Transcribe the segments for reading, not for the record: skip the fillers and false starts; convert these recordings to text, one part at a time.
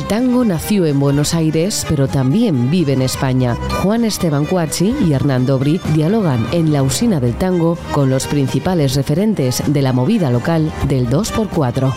tango nació en Buenos Aires, pero también vive en España. Juan Esteban Cuazzi y Hernán Dobry dialogan en La Usina del Tango con los principales referentes de la movida local del 2x4.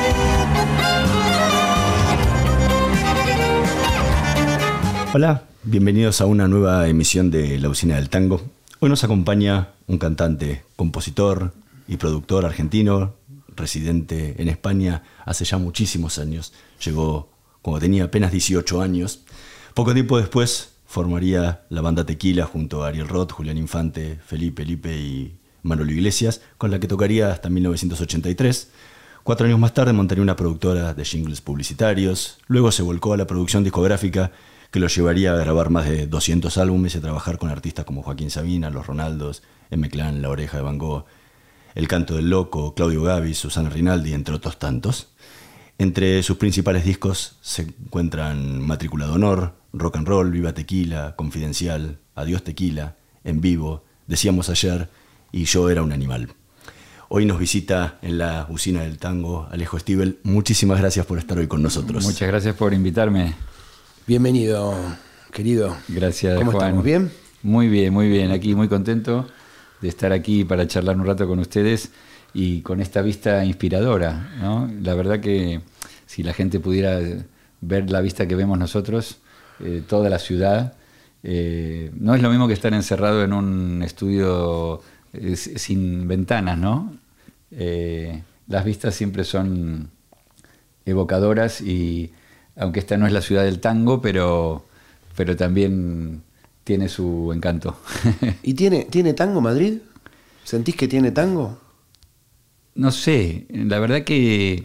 Hola, bienvenidos a una nueva emisión de La Usina del Tango. Hoy nos acompaña un cantante, compositor y productor argentino, residente en España hace ya muchísimos años. Llegó cuando tenía apenas 18 años. Poco tiempo después formaría la banda Tequila junto a Ariel Roth, Julián Infante, Felipe y Manolo Iglesias, con la que tocaría hasta 1983. 4 años más tarde montaría una productora de jingles publicitarios. Luego se volcó a la producción discográfica, que lo llevaría a grabar más de 200 álbumes y a trabajar con artistas como Joaquín Sabina, Los Ronaldos, M-Clan, La Oreja de Van Gogh, El Canto del Loco, Claudio Gabbi, Susana Rinaldi, entre otros tantos. Entre sus principales discos se encuentran Matrícula de Honor, Rock and Roll, Viva Tequila, Confidencial, Adiós Tequila, En Vivo, Decíamos Ayer y Yo Era un Animal. Hoy nos visita en La Usina del Tango Alejo Stivel. Muchísimas gracias por estar hoy con nosotros. Muchas gracias por invitarme. Bienvenido, querido. Gracias, ¿Cómo Juan. estamos? ¿Bien? Muy bien. Aquí muy contento de estar aquí para charlar un rato con ustedes y con esta vista inspiradora, ¿no? La verdad que si la gente pudiera ver la vista que vemos nosotros, toda la ciudad, no es lo mismo que estar encerrado en un estudio sin ventanas, ¿no? Las vistas siempre son evocadoras y aunque esta no es la ciudad del tango, pero también tiene su encanto. ¿Y tiene tango Madrid? ¿Sentís que tiene tango? No sé, la verdad que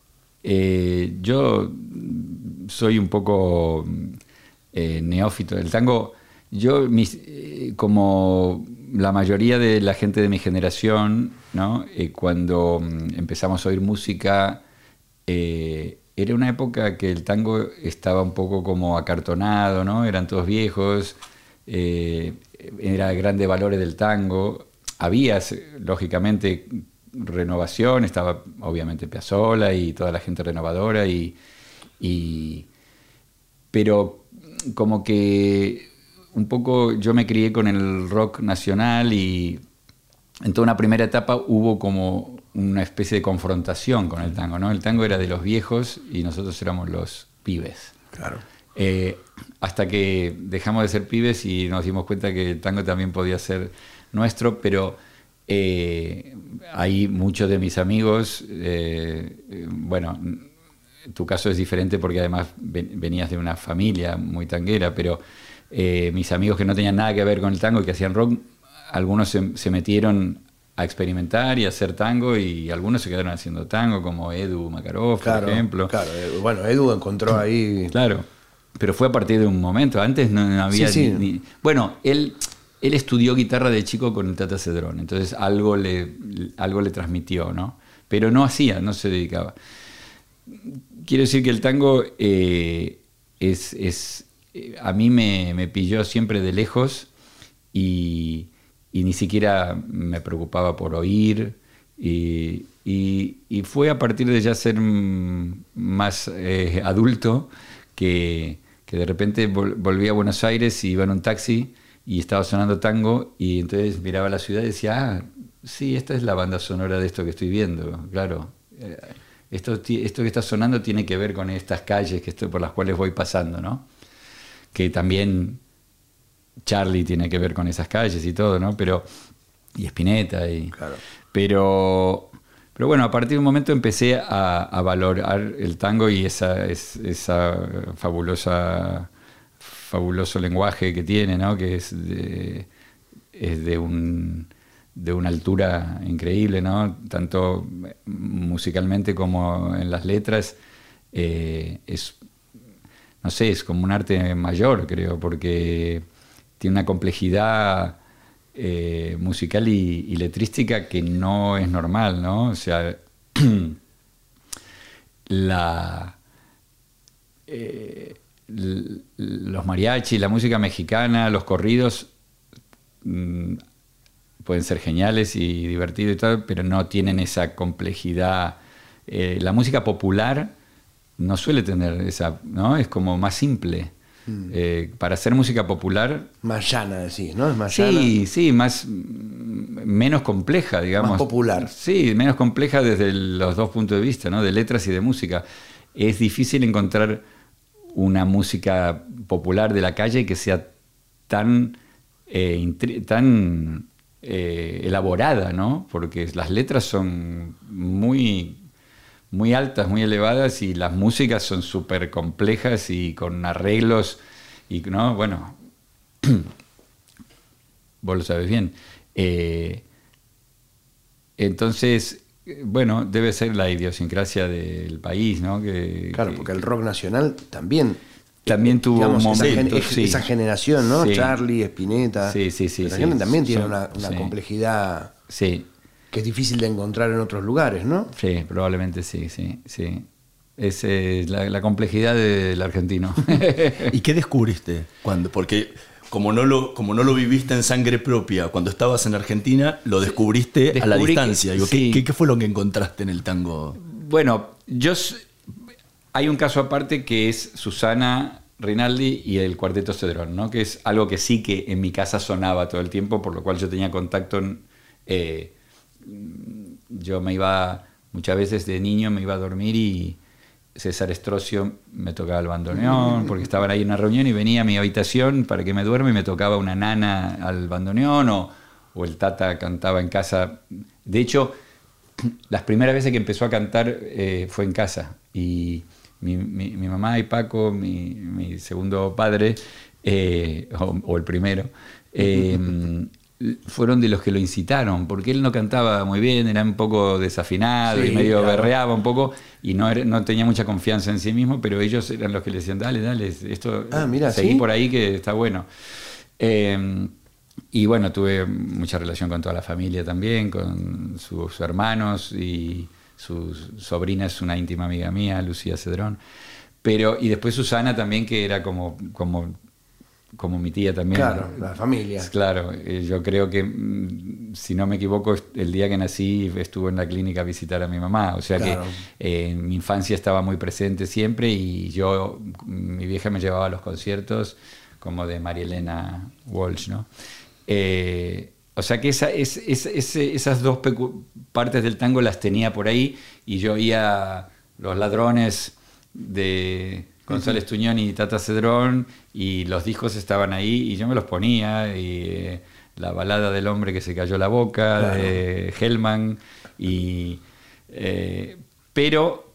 yo soy un poco neófito del tango. Yo, como la mayoría de la gente de mi generación, ¿no? Cuando empezamos a oír música, era una época que el tango estaba un poco como acartonado, ¿no? Eran todos viejos, era grandes valores del tango. Había, lógicamente, renovación, estaba obviamente Piazzolla y toda la gente renovadora, pero como que un poco yo me crié con el rock nacional y en toda una primera etapa hubo como una especie de confrontación con el tango, ¿no? El tango era de los viejos y nosotros éramos los pibes. Claro. Hasta que dejamos de ser pibes y nos dimos cuenta que el tango también podía ser nuestro, pero hay muchos de mis amigos, bueno, tu caso es diferente porque además venías de una familia muy tanguera, pero mis amigos que no tenían nada que ver con el tango y que hacían rock, algunos se metieron a experimentar y a hacer tango y algunos se quedaron haciendo tango, como Edu Makarov, por ejemplo. Claro, bueno, Edu encontró ahí... Claro, pero fue a partir de un momento, antes no había... Sí. Bueno, él estudió guitarra de chico con el Tata Cedrón, entonces algo le transmitió, ¿no? Pero no se dedicaba. Quiero decir que el tango a mí me pilló siempre de lejos y ni siquiera me preocupaba por oír y fue a partir de ya ser más adulto que de repente volví a Buenos Aires y iba en un taxi y estaba sonando tango y entonces miraba la ciudad y decía, sí, esta es la banda sonora de esto que estoy viendo, claro. Esto que está sonando tiene que ver con estas calles por las cuales voy pasando, ¿no? Que también Charlie tiene que ver con esas calles y todo, ¿no? Y Spinetta Claro. Pero bueno, a partir de un momento empecé a valorar el tango y esa fabuloso lenguaje que tiene, ¿no? Que es de una altura increíble, ¿no? Tanto musicalmente como en las letras. Es como un arte mayor, creo, porque tiene una complejidad musical y letrística que no es normal, ¿no? O sea, los mariachis, la música mexicana, los corridos pueden ser geniales y divertidos y tal, pero no tienen esa complejidad. La música popular no suele tener esa, ¿no? Es como más simple. Para hacer música popular... Más llana, decís, ¿no? Es más sí, llana. sí, menos compleja, digamos. Más popular. Sí, menos compleja desde los dos puntos de vista, ¿no? De letras y de música. Es difícil encontrar una música popular de la calle que sea tan elaborada, ¿no? Porque las letras son muy altas, muy elevadas, y las músicas son súper complejas y con arreglos, y no, bueno, vos lo sabes bien. Entonces, bueno, debe ser la idiosincrasia del país, ¿no? Claro, porque el rock nacional también tuvo, digamos, un momento, esa generación, ¿no? Sí. Charlie, Spinetta. Sí. También tiene una complejidad. Sí. Que es difícil de encontrar en otros lugares, ¿no? Sí, probablemente sí. Esa es la complejidad del argentino. ¿Y qué descubriste cuando? Porque como no lo viviste en sangre propia, cuando estabas en Argentina, lo descubriste a la distancia. ¿Qué fue lo que encontraste en el tango? Bueno, hay un caso aparte que es Susana Rinaldi y el Cuarteto Cedrón, ¿no? Que es algo que sí que en mi casa sonaba todo el tiempo, por lo cual yo tenía contacto. Yo me iba, muchas veces de niño me iba a dormir y César Estrocio me tocaba el bandoneón, porque estaban ahí en una reunión y venía a mi habitación para que me duerma y me tocaba una nana al bandoneón, o el Tata cantaba en casa. De hecho, las primeras veces que empezó a cantar fue en casa, y mi mamá y Paco, mi segundo padre, o el primero, fueron de los que lo incitaron, porque él no cantaba muy bien, era un poco desafinado, y medio berreaba un poco, y no tenía mucha confianza en sí mismo, pero ellos eran los que le decían, dale, esto, seguí por ahí que está bueno. Y bueno, tuve mucha relación con toda la familia también, con sus hermanos, y su sobrina es una íntima amiga mía, Lucía Cedrón. Y después Susana también, que era como mi tía también. Claro, la familia. Claro, yo creo que, si no me equivoco, el día que nací estuvo en la clínica a visitar a mi mamá. O sea, claro, que en mi infancia estaba muy presente siempre, y mi vieja me llevaba a los conciertos como de María Elena Walsh, ¿no? O sea que esas dos partes del tango las tenía por ahí, y yo oía Los Ladrones de González Tuñón y Tata Cedrón, y los discos estaban ahí y yo me los ponía, y la balada del hombre que se cayó la boca, claro, de Hellman, pero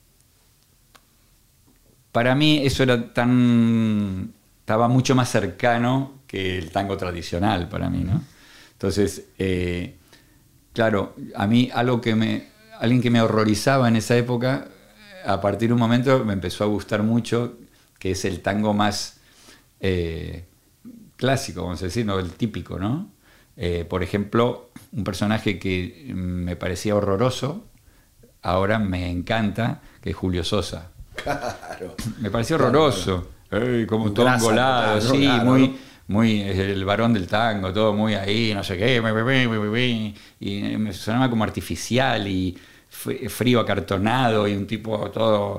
para mí eso estaba mucho más cercano que el tango tradicional para mí, ¿no? Entonces, claro, a mí alguien que me horrorizaba en esa época, a partir de un momento me empezó a gustar mucho, que es el tango más clásico, vamos a decir, ¿no? El típico, ¿no? Por ejemplo, un personaje que me parecía horroroso, ahora me encanta, que es Julio Sosa. Claro. Me pareció horroroso. Claro. Como todo engolado, sí, claro, muy el varón del tango, todo muy ahí, no sé qué, y me sonaba como artificial y frío acartonado, y un tipo todo...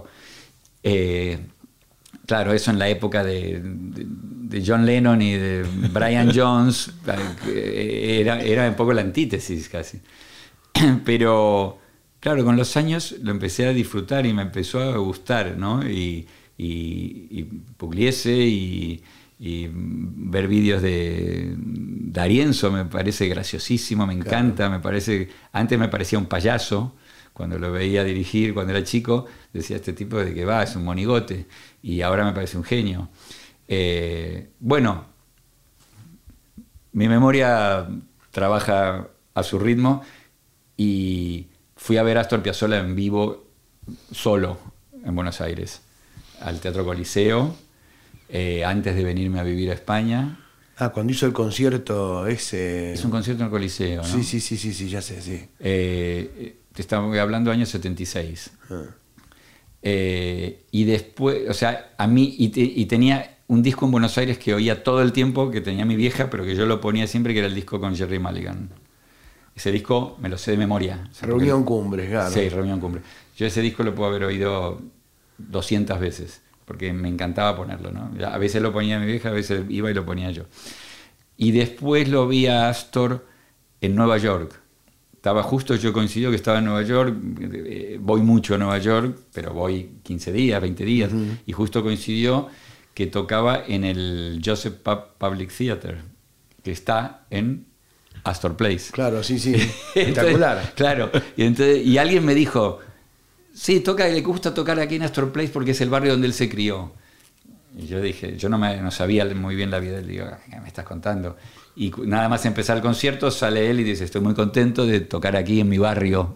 claro, eso en la época de John Lennon y de Brian Jones, era un poco la antítesis casi. Pero, claro, con los años lo empecé a disfrutar y me empezó a gustar, ¿no? Y Pugliese y ver vídeos de D'Arienzo me parece graciosísimo, me encanta, claro. Antes me parecía un payaso. Cuando lo veía dirigir, cuando era chico, decía, este tipo de que va, es un monigote. Y ahora me parece un genio. Bueno, mi memoria trabaja a su ritmo, y fui a ver a Astor Piazzolla en vivo, solo, en Buenos Aires, al Teatro Coliseo, antes de venirme a vivir a España. Ah, cuando hizo el concierto ese... Es un concierto en el Coliseo, ¿no? Sí, ya sé, sí. Te estamos hablando año 76. Y después, o sea, a mí, y tenía un disco en Buenos Aires que oía todo el tiempo, que tenía mi vieja, pero que yo lo ponía siempre, que era el disco con Jerry Mulligan. Ese disco me lo sé de memoria. Reunión Cumbre, claro. Sí, Reunión Cumbre. Yo ese disco lo puedo haber oído 200 veces, porque me encantaba ponerlo, ¿no? A veces lo ponía mi vieja, a veces iba y lo ponía yo. Y después lo vi a Astor en Nueva York. Yo coincidió que estaba en Nueva York, voy mucho a Nueva York, pero voy 15 días, 20 días, y justo coincidió que tocaba en el Joseph Public Theater, que está en Astor Place. Claro, sí, espectacular. Entonces, claro, y alguien me dijo, sí, le gusta tocar aquí en Astor Place porque es el barrio donde él se crió. Y yo dije, yo no sabía muy bien la vida de él, digo, ¿qué me estás contando? Y nada más empezar el concierto, sale él y dice, estoy muy contento de tocar aquí en mi barrio.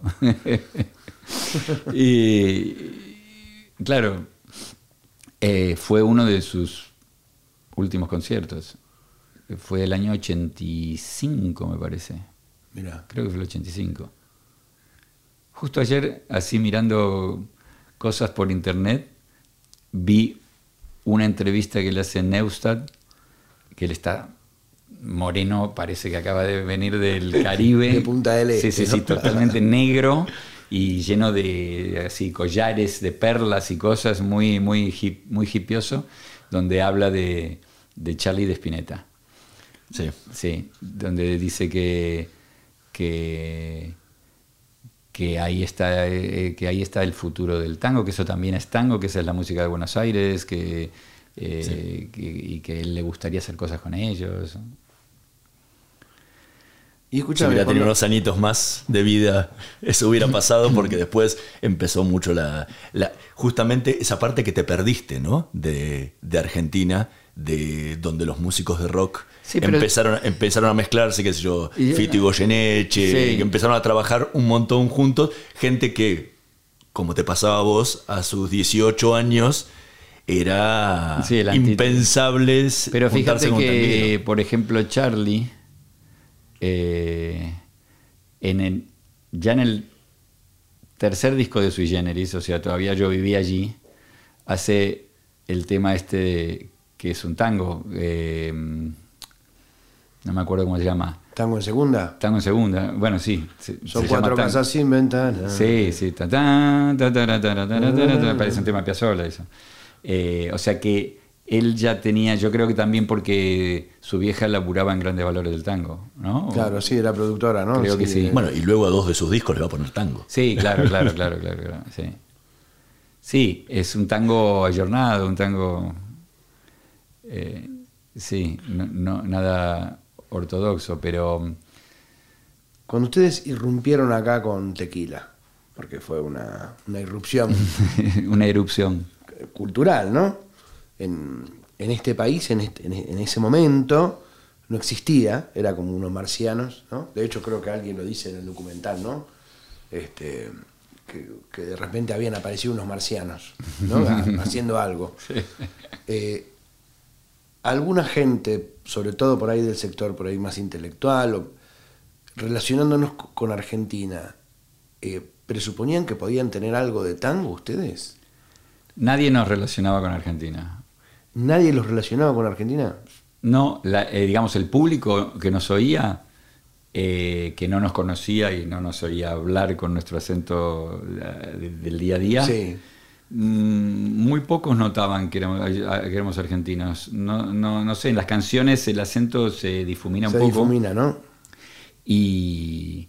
Y claro, fue uno de sus últimos conciertos. Fue el año 85, me parece. Mirá. Creo que fue el 85. Justo ayer, así mirando cosas por internet, vi una entrevista que le hace Neustadt, que él está moreno, parece que acaba de venir del Caribe. De Punta del Este. Sí, totalmente negro y lleno de así collares de perlas y cosas, muy hipioso, donde habla de Charlie de Spinetta. Sí, donde dice que ahí está el futuro del tango, que eso también es tango, que esa es la música de Buenos Aires, y que él le gustaría hacer cosas con ellos. Y Si escúchame, hubiera tenido unos añitos más de vida, eso hubiera pasado, porque después empezó mucho justamente esa parte que te perdiste, ¿no? De Argentina, de donde los músicos de rock empezaron a mezclarse, qué sé yo, Fito y Goyeneche, que empezaron a trabajar un montón juntos, gente que, como te pasaba a vos, a sus 18 años, era impensables. Pero juntarse fíjate con un que, tanguero. por ejemplo, Charlie, ya en el tercer disco de Sui Generis, o sea, todavía yo vivía allí, hace el tema que es un tango, no me acuerdo cómo se llama. ¿Tango en segunda? Tango en segunda, bueno, sí. Son 4 casas sin ventana. Sí, parece un tema de Piazzolla eso. O sea que él ya tenía, yo creo que también porque su vieja laburaba en Grandes Valores del Tango, ¿no? Claro, sí, era productora, ¿no? Creo que sí. Bueno, y luego a 2 de sus discos le va a poner tango. Sí, claro, sí. Sí, es un tango ayornado, un tango... no, nada ortodoxo, pero... Cuando ustedes irrumpieron acá con Tequila, porque fue una irrupción una erupción cultural, ¿no? En este país, en ese momento, no existía, era como unos marcianos, ¿no? De hecho, creo que alguien lo dice en el documental, ¿no? Que de repente habían aparecido unos marcianos, ¿no? Haciendo algo. Sí. Alguna gente, sobre todo por ahí del sector por ahí más intelectual, relacionándonos con Argentina, ¿presuponían que podían tener algo de tango ustedes? Nadie nos relacionaba con Argentina. ¿Nadie los relacionaba con Argentina? No, digamos, el público que nos oía, que no nos conocía y no nos oía hablar con nuestro acento del día a día, sí. Muy pocos notaban que éramos argentinos. No sé, en las canciones el acento se difumina un poco. Se difumina, ¿no? Y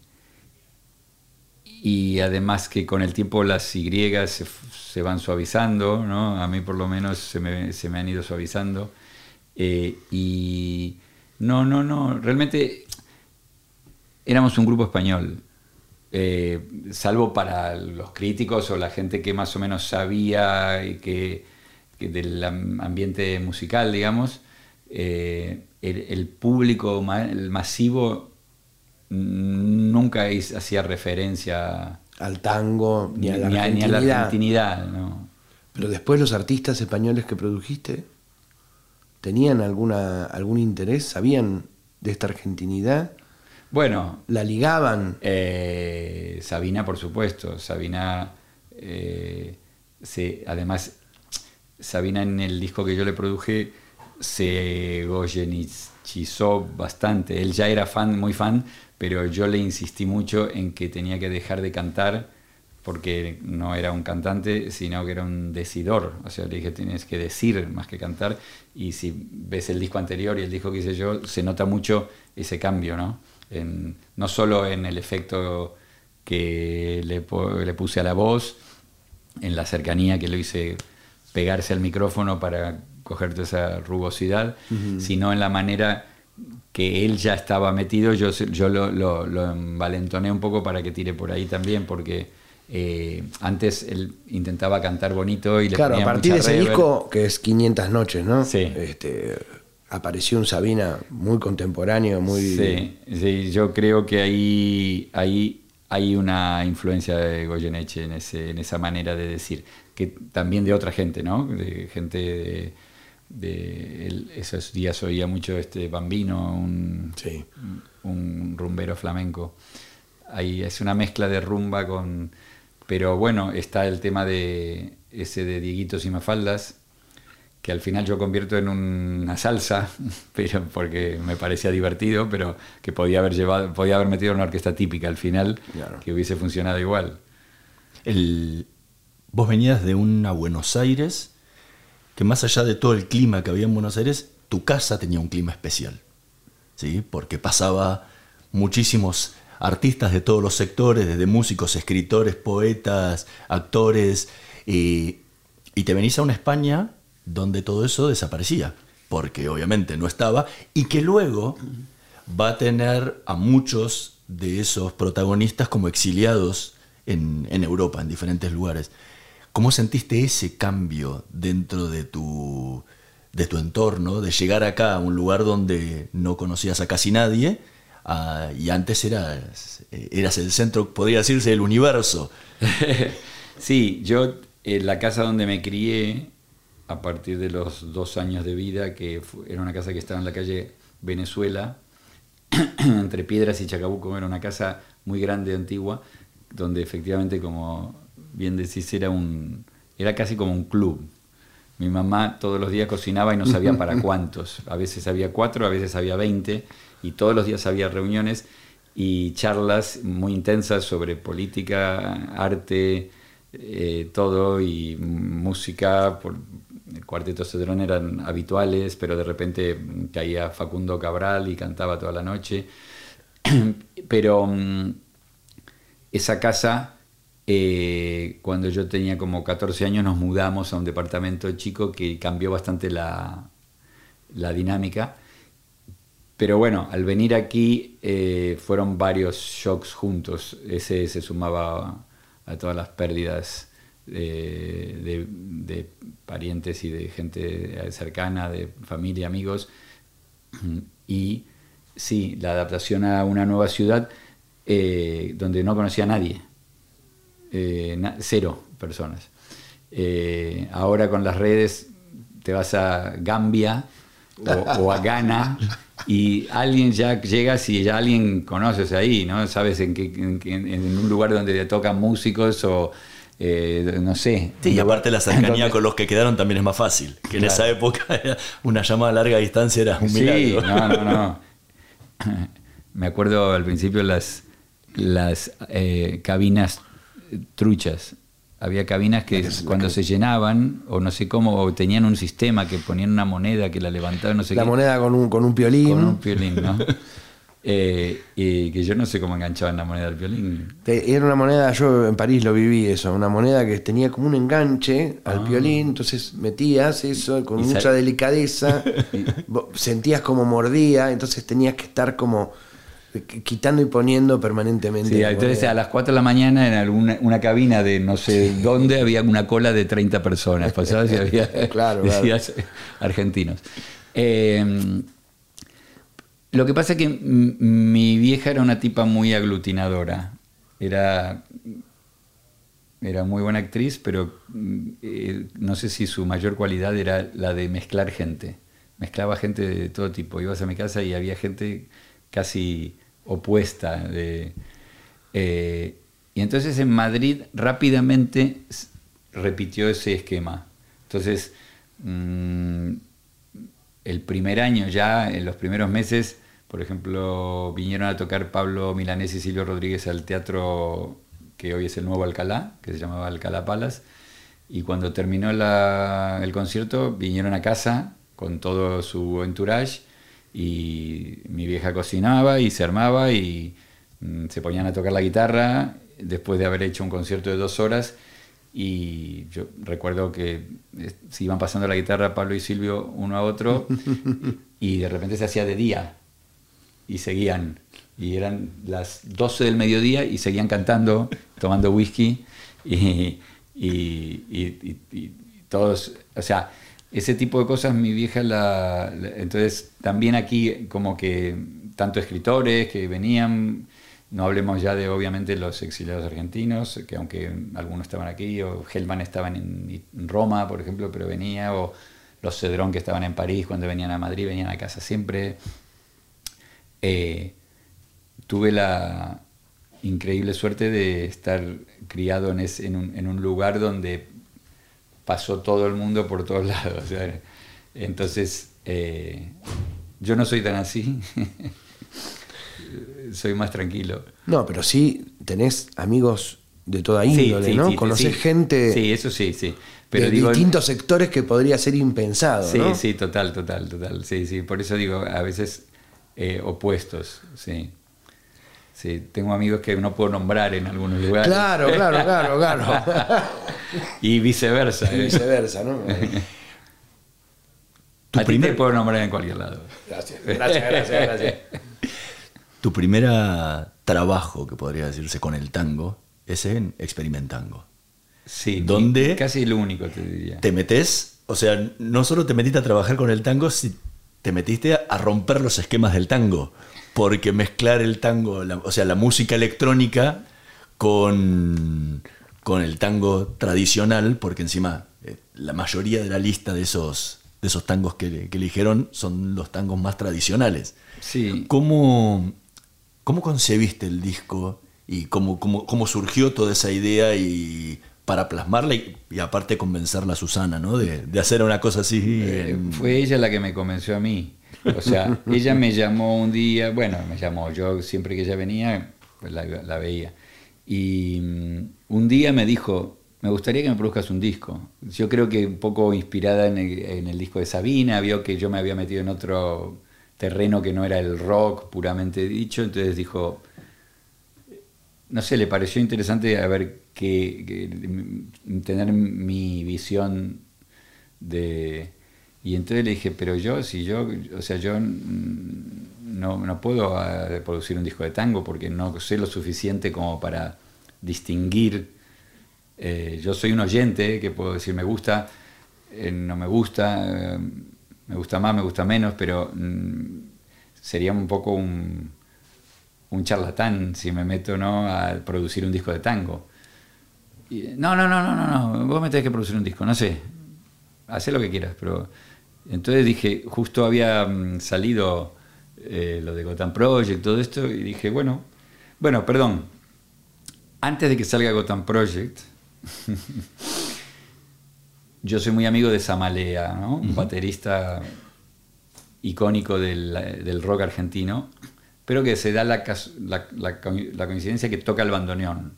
además que con el tiempo las Y se van suavizando, ¿no? A mí por lo menos se me han ido suavizando. Y no, realmente éramos un grupo español. Salvo para los críticos o la gente que más o menos sabía que del ambiente musical, digamos, el público el masivo nunca hacía referencia al tango ni a la argentinidad, ¿no? Pero después los artistas españoles que produjiste tenían algún interés, sabían de esta argentinidad. Bueno, ¿la ligaban? Sabina, por supuesto. Sabina, además, Sabina en el disco que yo le produje se goyenicizó bastante. Él ya era muy fan, pero yo le insistí mucho en que tenía que dejar de cantar porque no era un cantante, sino que era un decidor. O sea, le dije, tienes que decir más que cantar. Y si ves el disco anterior y el disco que hice yo, se nota mucho ese cambio, ¿no? No solo en el efecto que le puse a la voz, en la cercanía que lo hice pegarse al micrófono para coger toda esa rugosidad, sino en la manera que él ya estaba metido. Yo lo envalentoné un poco para que tire por ahí también, porque antes él intentaba cantar bonito y le claro, ponía a partir de mucha ese reverb. disco, que es 500 noches, ¿no? Sí. Apareció un Sabina muy contemporáneo, muy... Sí, yo creo que ahí hay una influencia de Goyeneche en esa manera de decir, que también de otra gente, ¿no? De gente esos días oía mucho Bambino, un rumbero flamenco. Ahí es una mezcla de rumba con... Pero bueno, está el tema de Dieguitos y Mafaldas, que al final yo convierto en una salsa, pero porque me parecía divertido, pero que podía haber metido una orquesta típica al final, claro, que hubiese funcionado igual. Vos venías de una Buenos Aires que, más allá de todo el clima que había en Buenos Aires, tu casa tenía un clima especial, ¿sí? Porque pasaba muchísimos artistas de todos los sectores, desde músicos, escritores, poetas, actores, y te venís a una España donde todo eso desaparecía, porque obviamente no estaba, y que luego va a tener a muchos de esos protagonistas como exiliados en Europa, en diferentes lugares. ¿Cómo sentiste ese cambio dentro de tu entorno, de llegar acá a un lugar donde no conocías a casi nadie, y antes eras el centro, podría decirse, del universo? Sí, yo en la casa donde me crié, a partir de los 2 años de vida, que era una casa que estaba en la calle Venezuela, entre Piedras y Chacabuco, era una casa muy grande, antigua, donde efectivamente, como bien decís, era casi como un club. Mi mamá todos los días cocinaba y no sabía para cuántos. A veces había 4, a veces había 20, y todos los días había reuniones y charlas muy intensas sobre política, arte, todo, y música. El Cuarteto Cedrón eran habituales, pero de repente caía Facundo Cabral y cantaba toda la noche. Pero esa casa, cuando yo tenía como 14 años, nos mudamos a un departamento chico que cambió bastante la dinámica. Pero bueno, al venir aquí fueron varios shocks juntos. Ese se sumaba a todas las pérdidas de parientes y de gente cercana, de familia, amigos. Y sí, la adaptación a una nueva ciudad donde no conocía a nadie, 0 personas. Ahora con las redes te vas a Gambia o a Ghana y alguien ya llegas y ya alguien conoces ahí, ¿no? Sabes en un lugar donde te tocan músicos o no sé. Sí, y aparte la cercanía con los que quedaron también es más fácil, que en esa época una llamada a larga distancia era un milagro. Sí, no. Me acuerdo al principio las cabinas truchas. Había cabinas que cuando se llenaban, o no sé cómo, o tenían un sistema que ponían una moneda que la levantaban, no sé qué. La moneda con un piolín. Con un piolín, ¿no? Y que yo no sé cómo enganchaban la moneda al piolín. Era una moneda, yo en París lo viví eso, una moneda que tenía como un enganche al piolín, entonces metías eso con mucha delicadeza, sentías como mordía, entonces tenías que estar como quitando y poniendo permanentemente. Sí, entonces a las 4 de la mañana en una cabina de no sé dónde había una cola de 30 personas, pasabas y había claro. argentinos. Lo que pasa es que mi vieja era una tipa muy aglutinadora. Era muy buena actriz, pero no sé si su mayor cualidad era la de mezclar gente. Mezclaba gente de todo tipo. Ibas a mi casa y había gente casi opuesta. Y entonces en Madrid rápidamente repitió ese esquema. Entonces, el primer año, ya en los primeros meses, por ejemplo, vinieron a tocar Pablo Milanés y Silvio Rodríguez al teatro que hoy es el nuevo Alcalá, que se llamaba Alcalá Palace, y cuando terminó el concierto vinieron a casa con todo su entourage, y mi vieja cocinaba y se armaba y se ponían a tocar la guitarra después de haber hecho un concierto de 2 horas, y yo recuerdo que se iban pasando la guitarra Pablo y Silvio uno a otro y de repente se hacía de día y seguían, y eran las 12 del mediodía y seguían cantando, tomando whisky y todos, o sea, ese tipo de cosas mi vieja entonces también aquí como que tanto escritores que venían, no hablemos ya de obviamente los exiliados argentinos, que aunque algunos estaban aquí, o Hellman estaban en Roma, por ejemplo, pero venía, o los Cedrón que estaban en París, cuando venían a Madrid, venían a casa siempre. Tuve la increíble suerte de estar criado en un lugar donde pasó todo el mundo por todos lados. O sea, entonces, yo no soy tan así. Soy más tranquilo. No, pero sí tenés amigos de toda índole, sí, ¿no? Sí, Conocés gente sí, eso sí. Pero de distintos sectores que podría ser impensado, sí, ¿no? Sí, total. Sí, por eso digo, a veces opuestos, sí. Sí, tengo amigos que no puedo nombrar en algunos lugares. Claro. Y viceversa. Y viceversa, ¿no? A ti te puedo nombrar en cualquier lado. Gracias. Tu primer trabajo, que podría decirse, con el tango es en Experimentango. Sí, donde casi lo único te diría. Te metes, o sea, no solo te metiste a trabajar con el tango, te metiste a romper los esquemas del tango, porque mezclar el tango, o sea, la música electrónica con el tango tradicional, porque encima la mayoría de la lista de esos tangos que eligieron son los tangos más tradicionales. Sí. ¿Cómo concebiste el disco y cómo surgió toda esa idea y para plasmarla y aparte convencerla a Susana, ¿no? de hacer una cosa así? Fue ella la que me convenció a mí. O sea, ella me llamó un día, yo siempre que ella venía, pues la veía. Y un día me dijo, me gustaría que me produzcas un disco. Yo creo que un poco inspirada en el disco de Sabina, vio que yo me había metido en otro terreno que no era el rock puramente dicho, entonces dijo, no sé, le pareció interesante a ver tener mi visión de... Y entonces le dije, pero yo no puedo producir un disco de tango porque no sé lo suficiente como para distinguir. Yo soy un oyente que puedo decir me gusta, no me gusta, me gusta más, me gusta menos, pero sería un poco un charlatán si me meto, ¿no?, a producir un disco de tango. Y, no, vos me tenés que producir un disco, no sé, hacé lo que quieras, pero... Entonces dije, justo había salido lo de Gotham Project, todo esto, y dije, bueno, perdón, antes de que salga Gotham Project, yo soy muy amigo de Samalea, ¿no? Un baterista icónico del rock argentino, pero que se da la coincidencia que toca el bandoneón.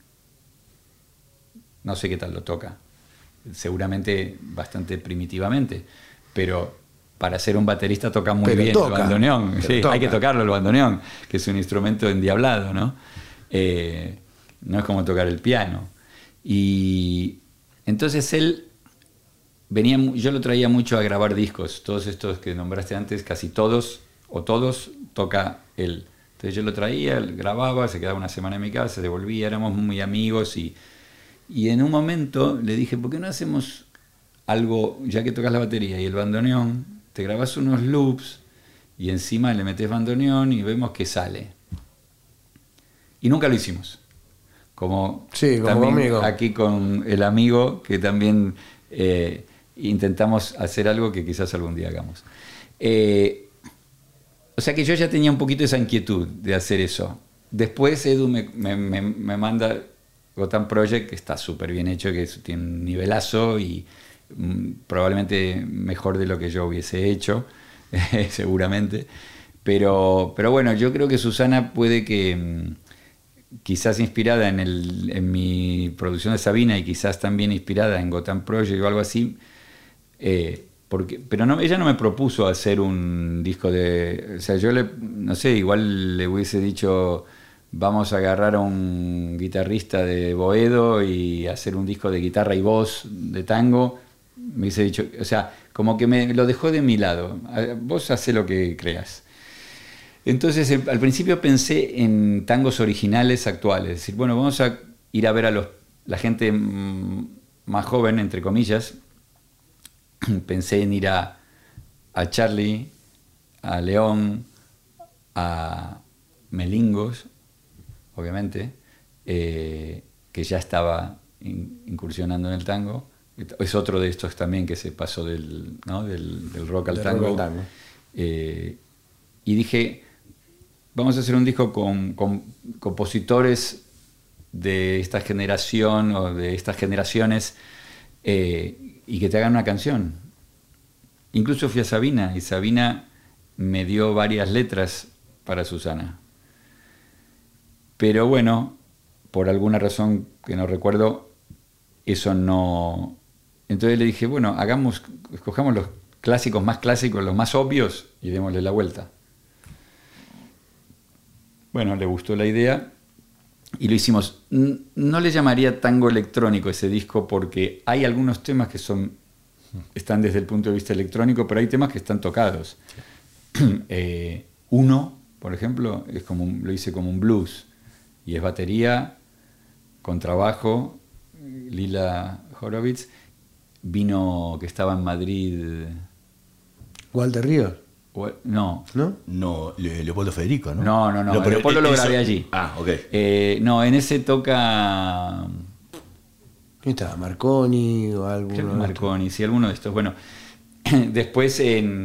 No sé qué tal lo toca, seguramente bastante primitivamente, pero para ser un baterista toca muy bien el bandoneón. Sí, hay que tocarlo el bandoneón, que es un instrumento endiablado, ¿no? No es como tocar el piano. Y entonces él venía, yo lo traía mucho a grabar discos, todos estos que nombraste antes, casi todos o todos toca él. Entonces yo lo traía, él grababa, se quedaba una semana en mi casa, se volvía, éramos muy amigos y en un momento le dije, ¿por qué no hacemos algo, ya que tocas la batería y el bandoneón, te grabas unos loops y encima le metes bandoneón y vemos qué sale? Y nunca lo hicimos. Como conmigo. Aquí con el amigo, que también intentamos hacer algo que quizás algún día hagamos. O sea que yo ya tenía un poquito esa inquietud de hacer eso. Después Edu me manda Gotham Project, que está súper bien hecho, que tiene un nivelazo y probablemente mejor de lo que yo hubiese hecho, seguramente. Pero bueno, yo creo que Susana puede que quizás inspirada en mi producción de Sabina y quizás también inspirada en Gotham Project o algo así, pero ella no me propuso hacer un disco de... O sea, yo no sé, igual le hubiese dicho, vamos a agarrar a un guitarrista de Boedo y hacer un disco de guitarra y voz de tango. Me hubiese dicho, o sea, como que me lo dejó de mi lado. Vos hacé lo que creas. Entonces, al principio pensé en tangos originales actuales. Es decir, bueno, vamos a ir a ver a la gente más joven, entre comillas. Pensé en ir a Charlie, a León, a Melingos, obviamente, que ya estaba incursionando en el tango. Es otro de estos también que se pasó del rock al tango. Rock al tango. Y dije, vamos a hacer un disco con compositores de esta generación o de estas generaciones y que te hagan una canción. Incluso fui a Sabina y Sabina me dio varias letras para Susana. Pero bueno, por alguna razón que no recuerdo, eso no... Entonces le dije, bueno, escojamos los clásicos, los más obvios y démosle la vuelta. Bueno, le gustó la idea y lo hicimos. No le llamaría tango electrónico ese disco porque hay algunos temas que están desde el punto de vista electrónico, pero hay temas que están tocados. Uno, por ejemplo, lo hice como un blues y es batería, contrabajo, Lila Horowitz, vino que estaba en Madrid. ¿Walter Ríos? No. ¿No? No, Leopoldo Federico, ¿no? No, pero Leopoldo lo grabé allí. Ah, ok. No, en ese toca... ¿Quién estaba? ¿Marconi o alguno? Creo que Marconi, sí, alguno de estos. Bueno, después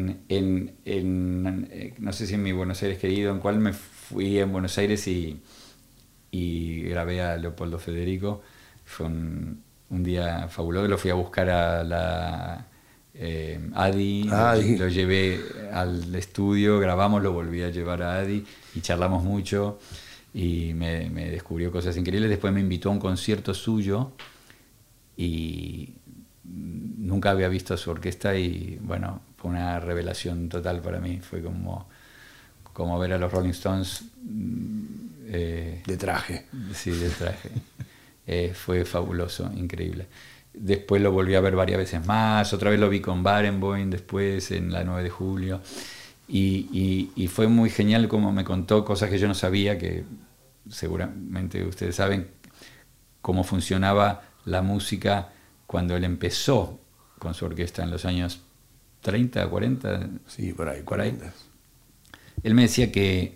no sé si en mi Buenos Aires querido, en cual me fui en Buenos Aires y grabé a Leopoldo Federico. Fue un día fabuloso, lo fui a buscar a la Adi, lo llevé al estudio, grabamos, lo volví a llevar a Adi y charlamos mucho y me descubrió cosas increíbles. Después me invitó a un concierto suyo y nunca había visto a su orquesta y bueno, fue una revelación total para mí. Fue como ver a los Rolling Stones de traje. Sí, de traje. Fue fabuloso, increíble. Después lo volví a ver varias veces más, otra vez lo vi con Barenboim después en la 9 de julio y fue muy genial como me contó cosas que yo no sabía, que seguramente ustedes saben cómo funcionaba la música cuando él empezó con su orquesta en los años 30, 40. Sí, por ahí, 40. Él me decía que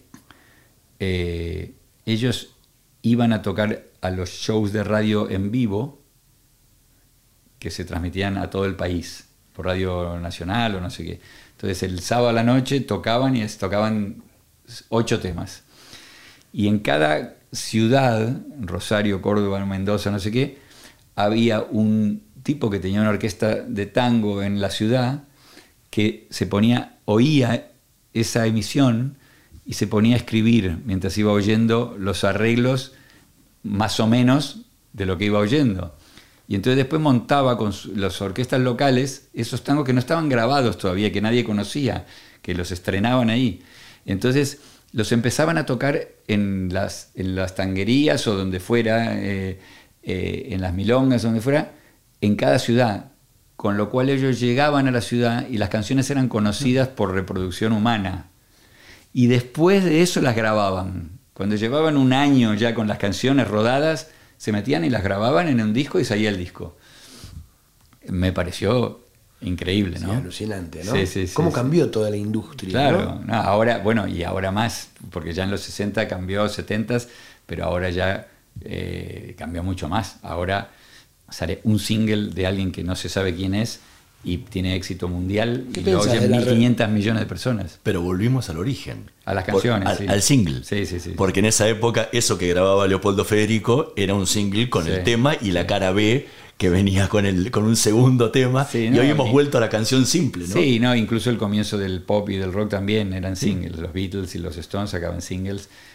ellos iban a tocar a los shows de radio en vivo que se transmitían a todo el país por Radio Nacional o no sé qué. Entonces el sábado a la noche tocaban 8 temas. Y en cada ciudad, Rosario, Córdoba, Mendoza, no sé qué, había un tipo que tenía una orquesta de tango en la ciudad que oía esa emisión y se ponía a escribir mientras iba oyendo los arreglos más o menos de lo que iba oyendo. Y entonces después montaba con las orquestas locales esos tangos que no estaban grabados todavía, que nadie conocía, que los estrenaban ahí. Entonces los empezaban a tocar en las tanguerías o donde fuera, en las milongas, donde fuera, en cada ciudad. Con lo cual ellos llegaban a la ciudad y las canciones eran conocidas por reproducción humana. Y después de eso las grababan. Cuando llevaban un año ya con las canciones rodadas, se metían y las grababan en un disco y salía el disco. Me pareció increíble, ¿no? Sí, alucinante, ¿no? Sí, ¿Cómo cambió toda la industria? Claro, ¿no? Ahora, bueno, y ahora más, porque ya en los 60 cambió, 70s, pero ahora ya cambió mucho más. Ahora sale un single de alguien que no se sabe quién es y tiene éxito mundial y lo oyen 1.500 millones de personas. Pero volvimos al origen. A las canciones, al single. Sí. Porque en esa época eso que grababa Leopoldo Federico era un single con el tema y la cara B que venía con un segundo tema. Sí, y hoy hemos vuelto a la canción simple, ¿no? Sí, no, incluso el comienzo del pop y del rock también eran singles. Los Beatles y los Stones sacaban singles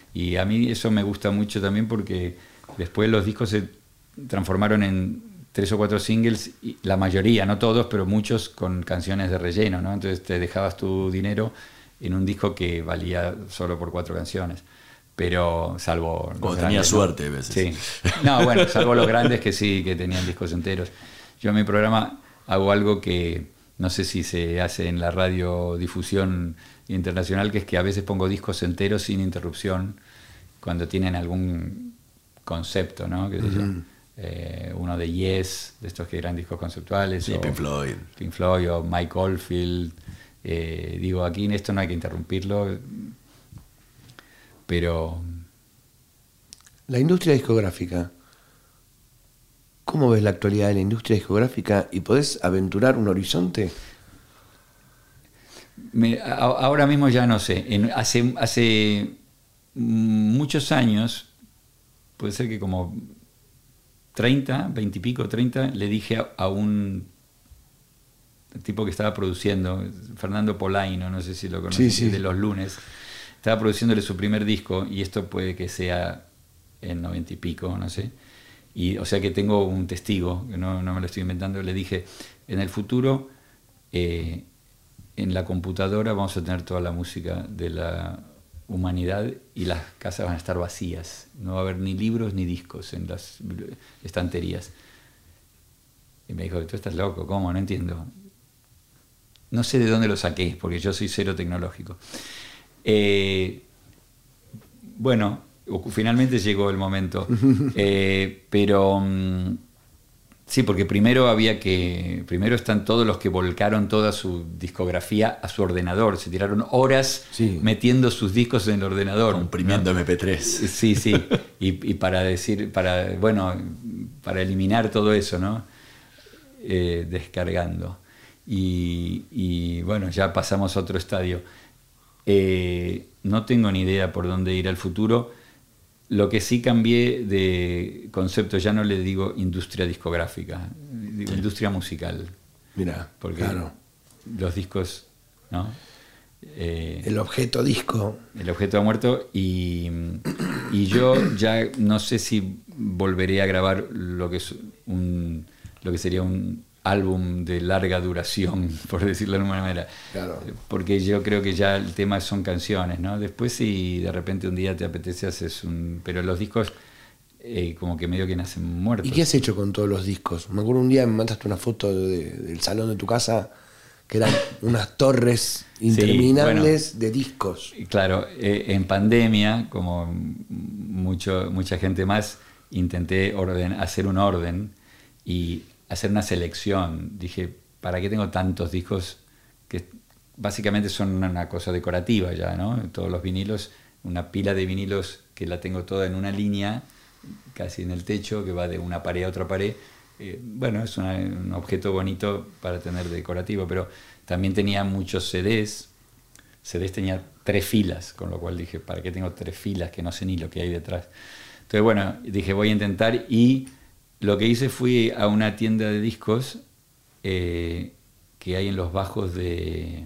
Y a mí eso me gusta mucho también porque después los discos se transformaron en 3 o 4 singles, y la mayoría, no todos, pero muchos con canciones de relleno, ¿no? Entonces te dejabas tu dinero en un disco que valía solo por 4 canciones. Pero salvo... Cuando tenía suerte a veces. Sí. No, bueno, salvo los grandes que sí, que tenían discos enteros. Yo en mi programa hago algo que no sé si se hace en la radiodifusión internacional, que es que a veces pongo discos enteros sin interrupción cuando tienen algún concepto, ¿no? ¿Qué sé yo? Uno de Yes, de estos que eran discos conceptuales. Sí, o Pink Floyd o Mike Oldfield. Digo, aquí en esto no hay que interrumpirlo. Pero... La industria discográfica. ¿Cómo ves la actualidad de la industria discográfica y podés aventurar un horizonte? Ahora mismo ya no sé. Hace muchos años, puede ser que como 30, 20 y pico, 30, le dije a un tipo que estaba produciendo, Fernando Polaino, no sé si lo conoces, sí. de Los Lunes. Estaba produciéndole su primer disco, y esto puede que sea en 90 y pico, no sé. Y, o sea que tengo un testigo, que no me lo estoy inventando. Le dije, en el futuro, en la computadora vamos a tener toda la música de la humanidad y las casas van a estar vacías. No va a haber ni libros ni discos en las estanterías. Y me dijo, tú estás loco, ¿cómo? No entiendo. No sé de dónde lo saqué, porque yo soy cero tecnológico. Bueno, finalmente llegó el momento. Pero sí, porque primero están todos los que volcaron toda su discografía a su ordenador. Se tiraron horas metiendo sus discos en el ordenador. Comprimiendo, ¿no? MP3. Sí. Y para eliminar todo eso, ¿no? Descargando. Y bueno, ya pasamos a otro estadio. No tengo ni idea por dónde ir al futuro. Lo que sí cambié de concepto, ya no le digo industria discográfica, digo industria musical. Mira, porque claro. Los discos, ¿no? El objeto disco. El objeto ha muerto, y yo ya no sé si volveré a grabar lo que sería un álbum de larga duración, por decirlo de alguna manera. Claro. Porque yo creo que ya el tema son canciones, ¿no? Después, si de repente un día te apetece, haces pero los discos como que medio que nacen muertos. ¿Y qué has hecho con todos los discos? Me acuerdo un día me mandaste una foto del salón de tu casa, que eran unas torres interminables de discos. Claro, en pandemia, como mucha gente más, intenté hacer un orden y hacer una selección. Dije, ¿para qué tengo tantos discos? Que básicamente son una cosa decorativa ya, ¿no? Todos los vinilos, una pila de vinilos que la tengo toda en una línea, casi en el techo, que va de una pared a otra pared. Bueno, es un objeto bonito para tener decorativo, pero también tenía muchos CDs. CDs tenía 3 filas, con lo cual dije, ¿para qué tengo 3 filas? Que no sé ni lo que hay detrás. Entonces, bueno, dije, voy a intentar, y lo que hice fui a una tienda de discos que hay en los bajos de...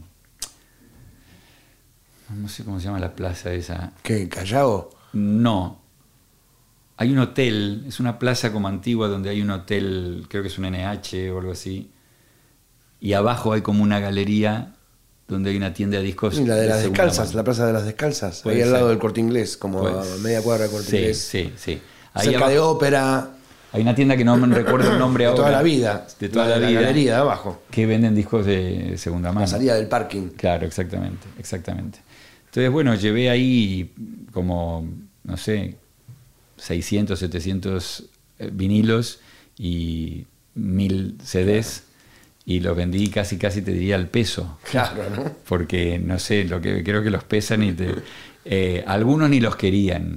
No sé cómo se llama la plaza esa. ¿Qué? ¿Callao? No. Hay un hotel, es una plaza como antigua donde hay un hotel, creo que es un NH o algo así. Y abajo hay como una galería donde hay una tienda de discos. Sí, la de las Descalzas, mano. la Plaza de las Descalzas. Ahí al lado del Corte Inglés, como a media cuadra del Corte Inglés. Sí. Ahí cerca de Ópera. Hay una tienda que no me recuerdo el nombre ahora. De toda la vida. De toda la vida. La galería de abajo. Que venden discos de segunda mano. La salida del parking. Claro, exactamente. Entonces, bueno, llevé ahí como, no sé, 600, 700 vinilos y 1000 CDs, y los vendí casi te diría al peso. Claro, ¿no? Porque, no sé, creo que los pesan y algunos ni los querían.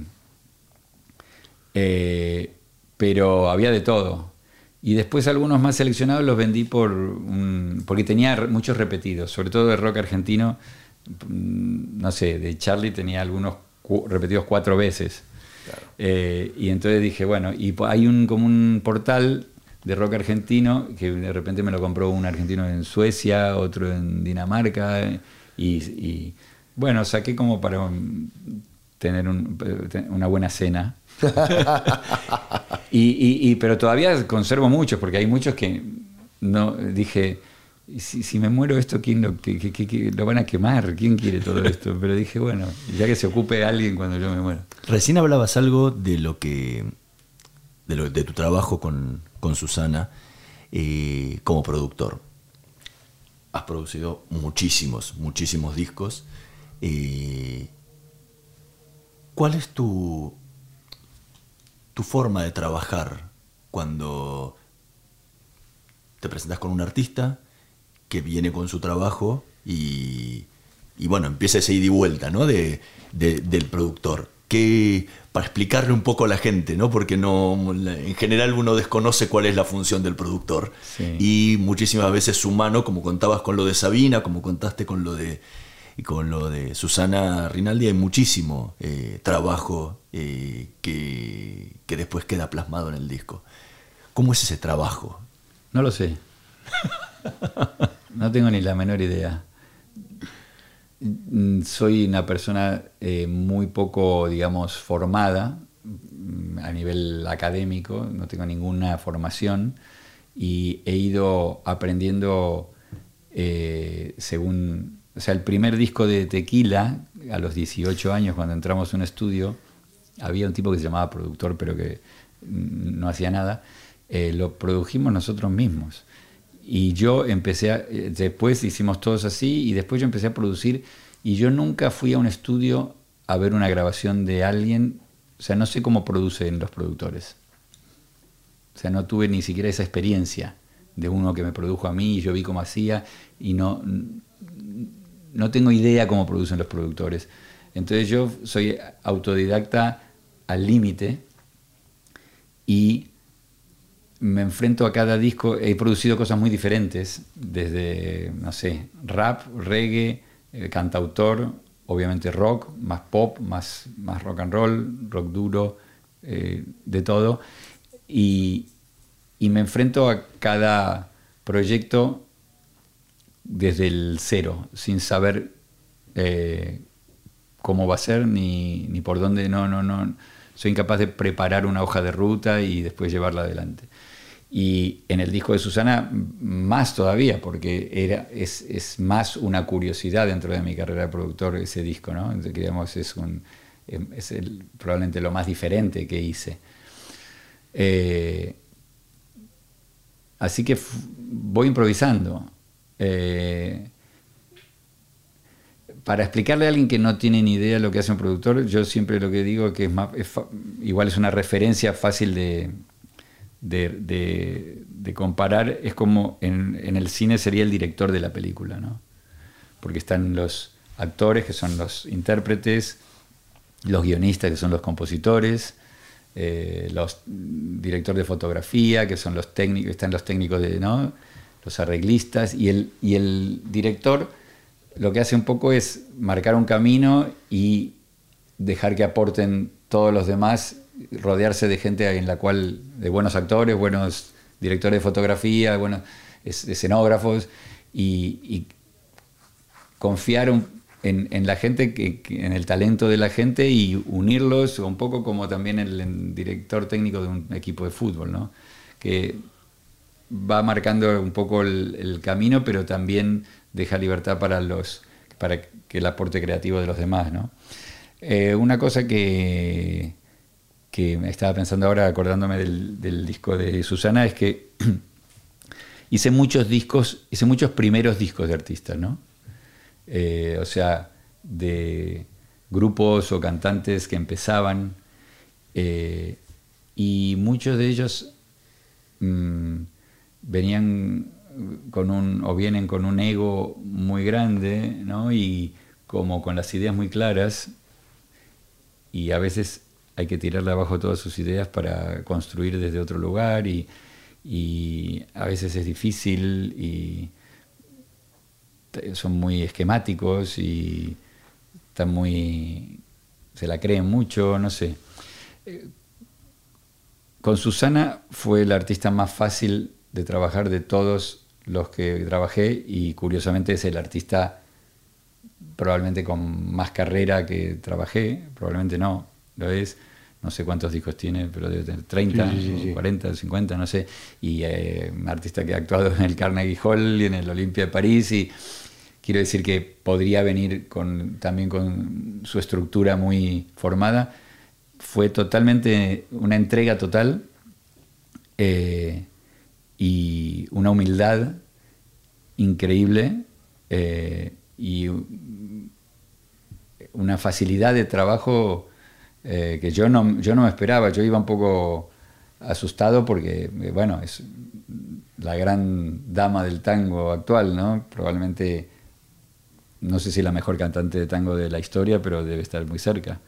Pero había de todo. Y después algunos más seleccionados los vendí porque tenía muchos repetidos, sobre todo de rock argentino. No sé, de Charlie tenía algunos repetidos 4 veces. Claro. Y entonces dije, bueno, y hay como un portal de rock argentino que de repente me lo compró un argentino en Suecia, otro en Dinamarca, y bueno, saqué como para tener una buena cena. Pero todavía conservo muchos, porque hay muchos que no dije, si me muero esto, ¿quién lo van a quemar? ¿Quién quiere todo esto? Pero dije, bueno, ya que se ocupe alguien cuando yo me muera. Recién hablabas algo de de tu trabajo con Susana como productor. Has producido muchísimos discos. ¿Cuál es tu forma de trabajar cuando te presentas con un artista que viene con su trabajo y bueno, empieza ese ida y vuelta, ¿no? del productor? Para explicarle un poco a la gente, ¿no? Porque en general uno desconoce cuál es la función del productor. Sí. Y muchísimas veces su mano, como contabas con lo de Sabina, como contaste con lo de Susana Rinaldi, hay muchísimo trabajo que después queda plasmado en el disco. ¿Cómo es ese trabajo? No lo sé. No tengo ni la menor idea. Soy una persona muy poco, digamos, formada a nivel académico, no tengo ninguna formación y he ido aprendiendo según... O sea, el primer disco de Tequila, a los 18 años, cuando entramos a un estudio, había un tipo que se llamaba productor, pero que no hacía nada, lo produjimos nosotros mismos. Y yo después hicimos todos así, y después yo empecé a producir, y yo nunca fui a un estudio a ver una grabación de alguien. O sea, no sé cómo producen los productores. O sea, no tuve ni siquiera esa experiencia de uno que me produjo a mí, y yo vi cómo hacía, y no tengo idea cómo producen los productores. Entonces yo soy autodidacta al límite, y me enfrento a cada disco. He producido cosas muy diferentes, desde, no sé, rap, reggae, cantautor, obviamente rock, más pop, más rock and roll, rock duro, de todo. Y me enfrento a cada proyecto desde el cero, sin saber cómo va a ser ni por dónde. No. Soy incapaz de preparar una hoja de ruta y después llevarla adelante. Y en el disco de Susana, más todavía, porque es más una curiosidad dentro de mi carrera de productor ese disco, ¿no? Entonces, digamos, es probablemente lo más diferente que hice. Así que voy improvisando. Para explicarle a alguien que no tiene ni idea de lo que hace un productor, yo siempre lo que digo que igual es una referencia fácil de comparar. Es como en el cine sería el director de la película, ¿no? Porque están los actores, que son los intérpretes, los guionistas, que son los compositores, los directores de fotografía, que son los técnicos, están los técnicos ¿no? Los arreglistas, y el director lo que hace un poco es marcar un camino y dejar que aporten todos los demás, rodearse de gente de buenos actores, buenos directores de fotografía, buenos escenógrafos, y confiar en la gente, en el talento de la gente, y unirlos un poco como también el director técnico de un equipo de fútbol, ¿no? Que va marcando un poco el camino, pero también deja libertad para que el aporte creativo de los demás, ¿no? Una cosa que me estaba pensando ahora, acordándome del disco de Susana, es que hice muchos primeros discos de artistas, ¿no? O sea, de grupos o cantantes que empezaban, y muchos de ellos vienen con un ego muy grande, ¿no? Y como con las ideas muy claras, y a veces hay que tirarle abajo todas sus ideas para construir desde otro lugar, y a veces es difícil, y son muy esquemáticos y se la creen mucho, no sé. Con Susana fue la artista más fácil de trabajar de todos los que trabajé, y curiosamente es el artista probablemente con más carrera que trabajé, probablemente no, lo es. No sé cuántos discos tiene, pero debe tener 30, sí. 40, 50, no sé. Y un artista que ha actuado en el Carnegie Hall y en el Olympia de París. Y quiero decir que podría venir también con su estructura muy formada. Fue totalmente una entrega total y una humildad increíble y una facilidad de trabajo que yo no me esperaba. Yo iba un poco asustado porque, bueno, es la gran dama del tango actual, ¿no? Probablemente, no sé si la mejor cantante de tango de la historia, pero debe estar muy cerca.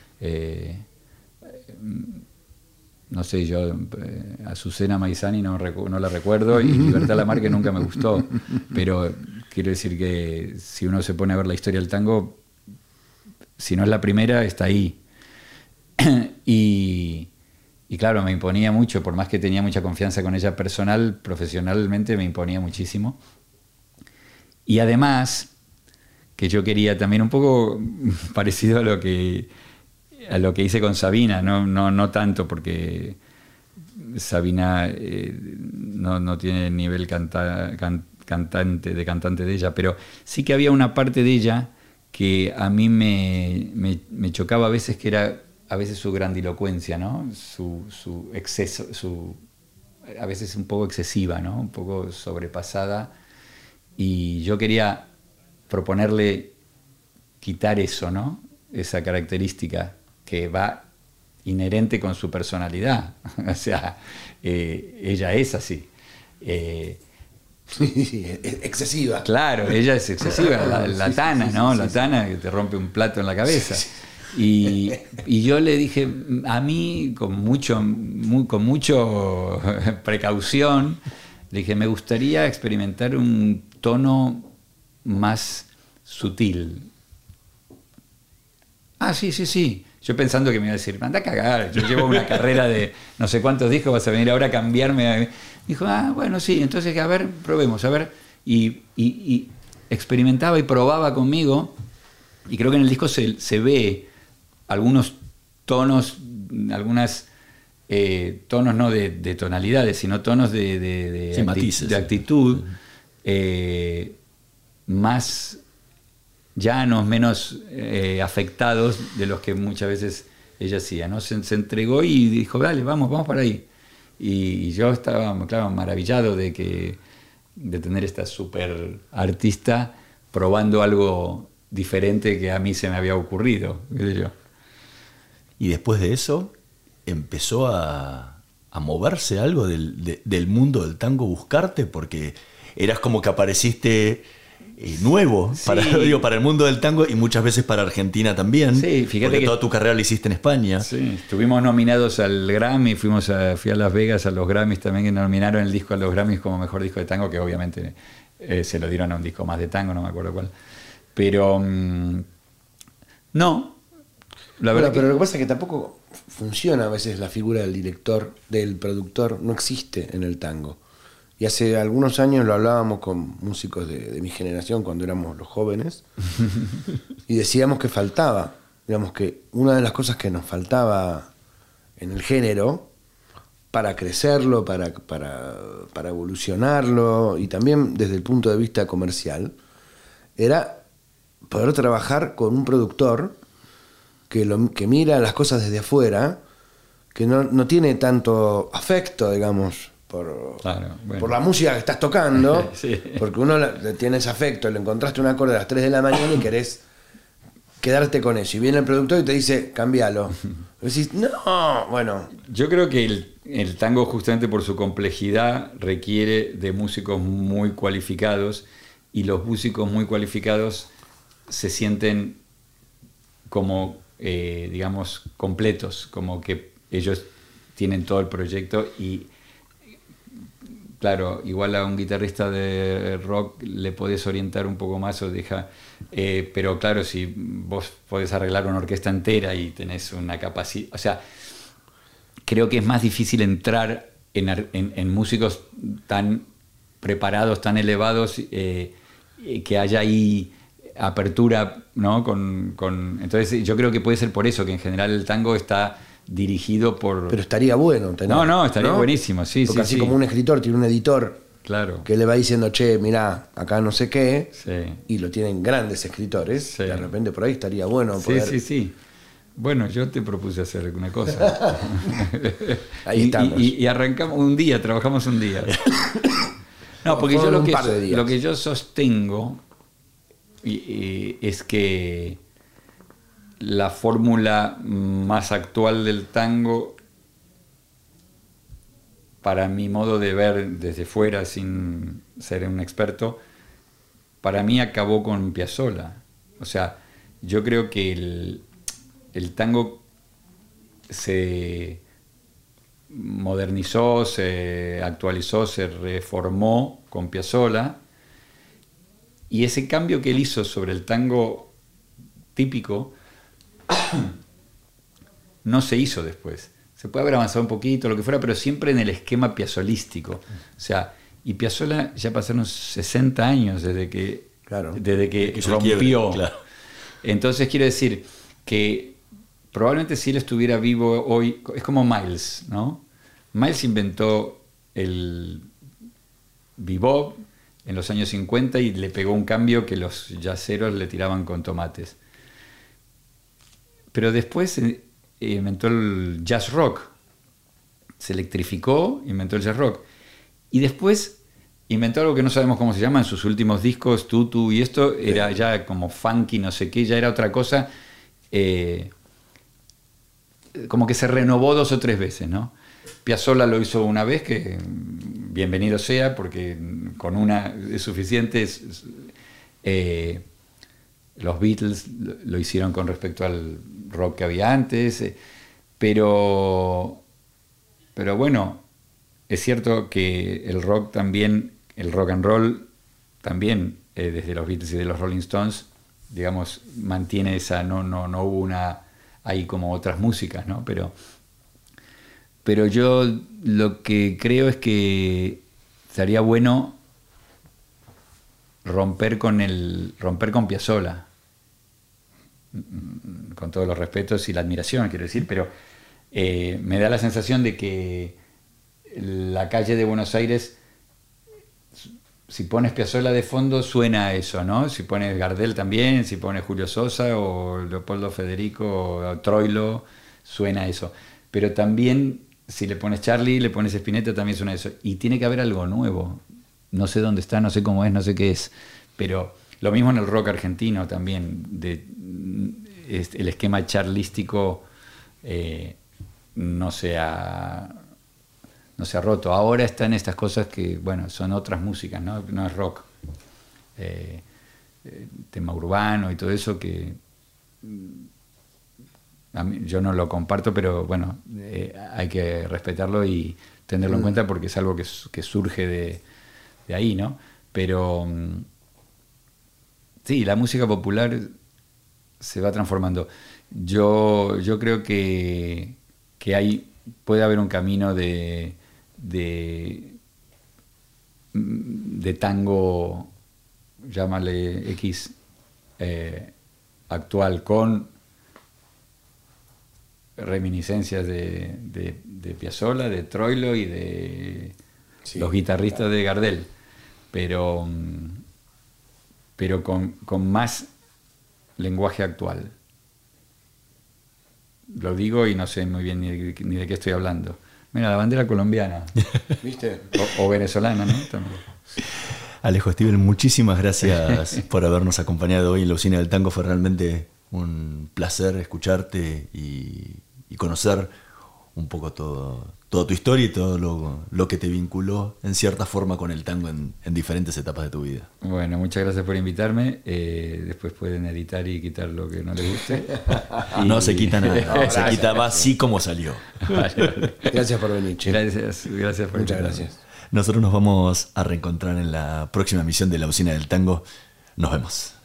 No sé, yo Azucena Maizani no la recuerdo y Libertad Lamarque nunca me gustó, pero quiero decir que si uno se pone a ver la historia del tango, si no es la primera, está ahí. Y claro, me imponía mucho, por más que tenía mucha confianza con ella profesionalmente me imponía muchísimo. Y además, que yo quería también un poco parecido a lo que hice con Sabina, no tanto porque Sabina no tiene el nivel cantante de ella, pero sí que había una parte de ella que a mí me chocaba a veces, que era a veces su grandilocuencia, ¿no? Su exceso, a veces un poco excesiva, ¿no? Un poco sobrepasada, y yo quería proponerle quitar eso, ¿no? Esa característica que va inherente con su personalidad. O sea, ella es así. Sí, excesiva. Claro, ella es excesiva, la tana, ¿no? La tana que te rompe un plato en la cabeza. Y yo le dije, a mí, con mucho precaución, le dije, me gustaría experimentar un tono más sutil. Ah, sí. Yo pensando que me iba a decir, anda a cagar, yo llevo una carrera de no sé cuántos discos, vas a venir ahora a cambiarme. Dijo, bueno, sí, entonces a ver, probemos, a ver. Y experimentaba y probaba conmigo, y creo que en el disco se ve algunos tonos, tonos no de tonalidades, sino tonos de matices, de actitud, más llanos, menos afectados de los que muchas veces ella hacía, ¿no? Se entregó y dijo, dale, vamos para ahí. Y yo estaba, claro, maravillado de tener esta súper artista probando algo diferente que a mí se me había ocurrido, qué sé yo. Y después de eso empezó a moverse algo del mundo del tango, buscarte, porque eras como que apareciste nuevo, sí, para el mundo del tango, y muchas veces para Argentina también. Sí, fíjate porque que toda tu carrera la hiciste en España. Sí, estuvimos nominados al Grammy, fui a Las Vegas a los Grammys también, que nominaron el disco a los Grammys como mejor disco de tango, que obviamente se lo dieron a un disco más de tango, no me acuerdo cuál. Pero no. Pero lo que pasa es que tampoco funciona a veces la figura del director, del productor, no existe en el tango. Y hace algunos años lo hablábamos con músicos de mi generación, cuando éramos los jóvenes, y decíamos que faltaba, digamos que una de las cosas que nos faltaba en el género, para crecerlo, para evolucionarlo, y también desde el punto de vista comercial, era poder trabajar con un productor que mira las cosas desde afuera, que no tiene tanto afecto, digamos, por la música que estás tocando, sí. Porque uno le tienes afecto, le encontraste un acorde a las 3 de la mañana y querés quedarte con eso. Y viene el productor y te dice, cámbialo. Y decís, no, bueno. Yo creo que el tango, justamente por su complejidad, requiere de músicos muy cualificados, y los músicos muy cualificados se sienten como, digamos, completos, como que ellos tienen todo el proyecto. Y claro, igual a un guitarrista de rock le podés orientar un poco más o deja, pero claro, si vos podés arreglar una orquesta entera y tenés una capacidad, o sea, creo que es más difícil entrar en músicos tan preparados, tan elevados, que haya ahí apertura, ¿no? Entonces yo creo que puede ser por eso que en general el tango está dirigido por... Pero estaría bueno tener, estaría buenísimo, sí. Porque así como un escritor tiene un editor, claro, que le va diciendo, che, mirá, acá no sé qué, sí, y lo tienen grandes escritores, sí, de repente por ahí estaría bueno poder... Sí. Bueno, yo te propuse hacer alguna cosa. Ahí estamos. Y arrancamos un día, trabajamos un día. No, porque yo lo que yo sostengo es que la fórmula más actual del tango, para mi modo de ver desde fuera, sin ser un experto, para mí acabó con Piazzolla. O sea, yo creo que el tango se modernizó, se actualizó, se reformó con Piazzolla, y ese cambio que él hizo sobre el tango típico no se hizo después. Se puede haber avanzado un poquito, lo que fuera, pero siempre en el esquema piazzolístico. O sea, y Piazzolla ya pasaron 60 años desde que rompió. Quiebre, claro. Entonces quiero decir que probablemente si él estuviera vivo hoy, es como Miles, ¿no? Miles inventó el bebop en los años 50 y le pegó un cambio que los jazzeros le tiraban con tomates. Pero después inventó el jazz rock, se electrificó, inventó el jazz rock. Y después inventó algo que no sabemos cómo se llama en sus últimos discos, Tutu, y esto era ya como funky, no sé qué, ya era otra cosa. Como que se renovó 2 o 3 veces, ¿no? Piazzolla lo hizo una vez, que bienvenido sea, porque con una es suficiente. Los Beatles lo hicieron con respecto al rock que había antes, pero bueno, es cierto que el rock también, el rock and roll también, desde los Beatles y de los Rolling Stones, digamos, mantiene esa, no hubo una, hay como otras músicas, ¿no? Pero yo lo que creo es que estaría bueno romper con Piazzolla, con todos los respetos y la admiración, quiero decir, pero me da la sensación de que la calle de Buenos Aires, si pones Piazzolla de fondo, suena a eso, ¿no? Si pones Gardel también, si pones Julio Sosa o Leopoldo Federico o Troilo, suena a eso. Pero también, si le pones Charlie, le pones Spinetta, también suena a eso. Y tiene que haber algo nuevo. No sé dónde está, no sé cómo es, no sé qué es. Pero lo mismo en el rock argentino también. El esquema charlístico no se ha roto. Ahora están estas cosas que, bueno, son otras músicas, no es rock. Tema urbano y todo eso que a mí, yo no lo comparto, pero bueno, hay que respetarlo y tenerlo en cuenta porque es algo que surge de ahí, ¿no? Pero sí, la música popular se va transformando. Yo creo que puede haber un camino de tango, llámale X, actual, con reminiscencias de Piazzolla, de Troilo y de los guitarristas de Gardel, pero con más lenguaje actual. Lo digo y no sé muy bien ni de qué estoy hablando. Mira, la bandera colombiana. ¿Viste? O venezolana, ¿no? También. Alejo, Steven, muchísimas gracias por habernos acompañado hoy en la Usina del Tango. Fue realmente un placer escucharte y conocer un poco toda tu historia y todo lo que te vinculó en cierta forma con el tango en diferentes etapas de tu vida. Bueno, muchas gracias por invitarme. Después pueden editar y quitar lo que no les guste. No se quita nada, se quita, va así como salió. Vale. Gracias por venir, che. Gracias por Muchas invitarme. gracias. Nosotros nos vamos a reencontrar en la próxima emisión de La Usina del Tango. Nos vemos.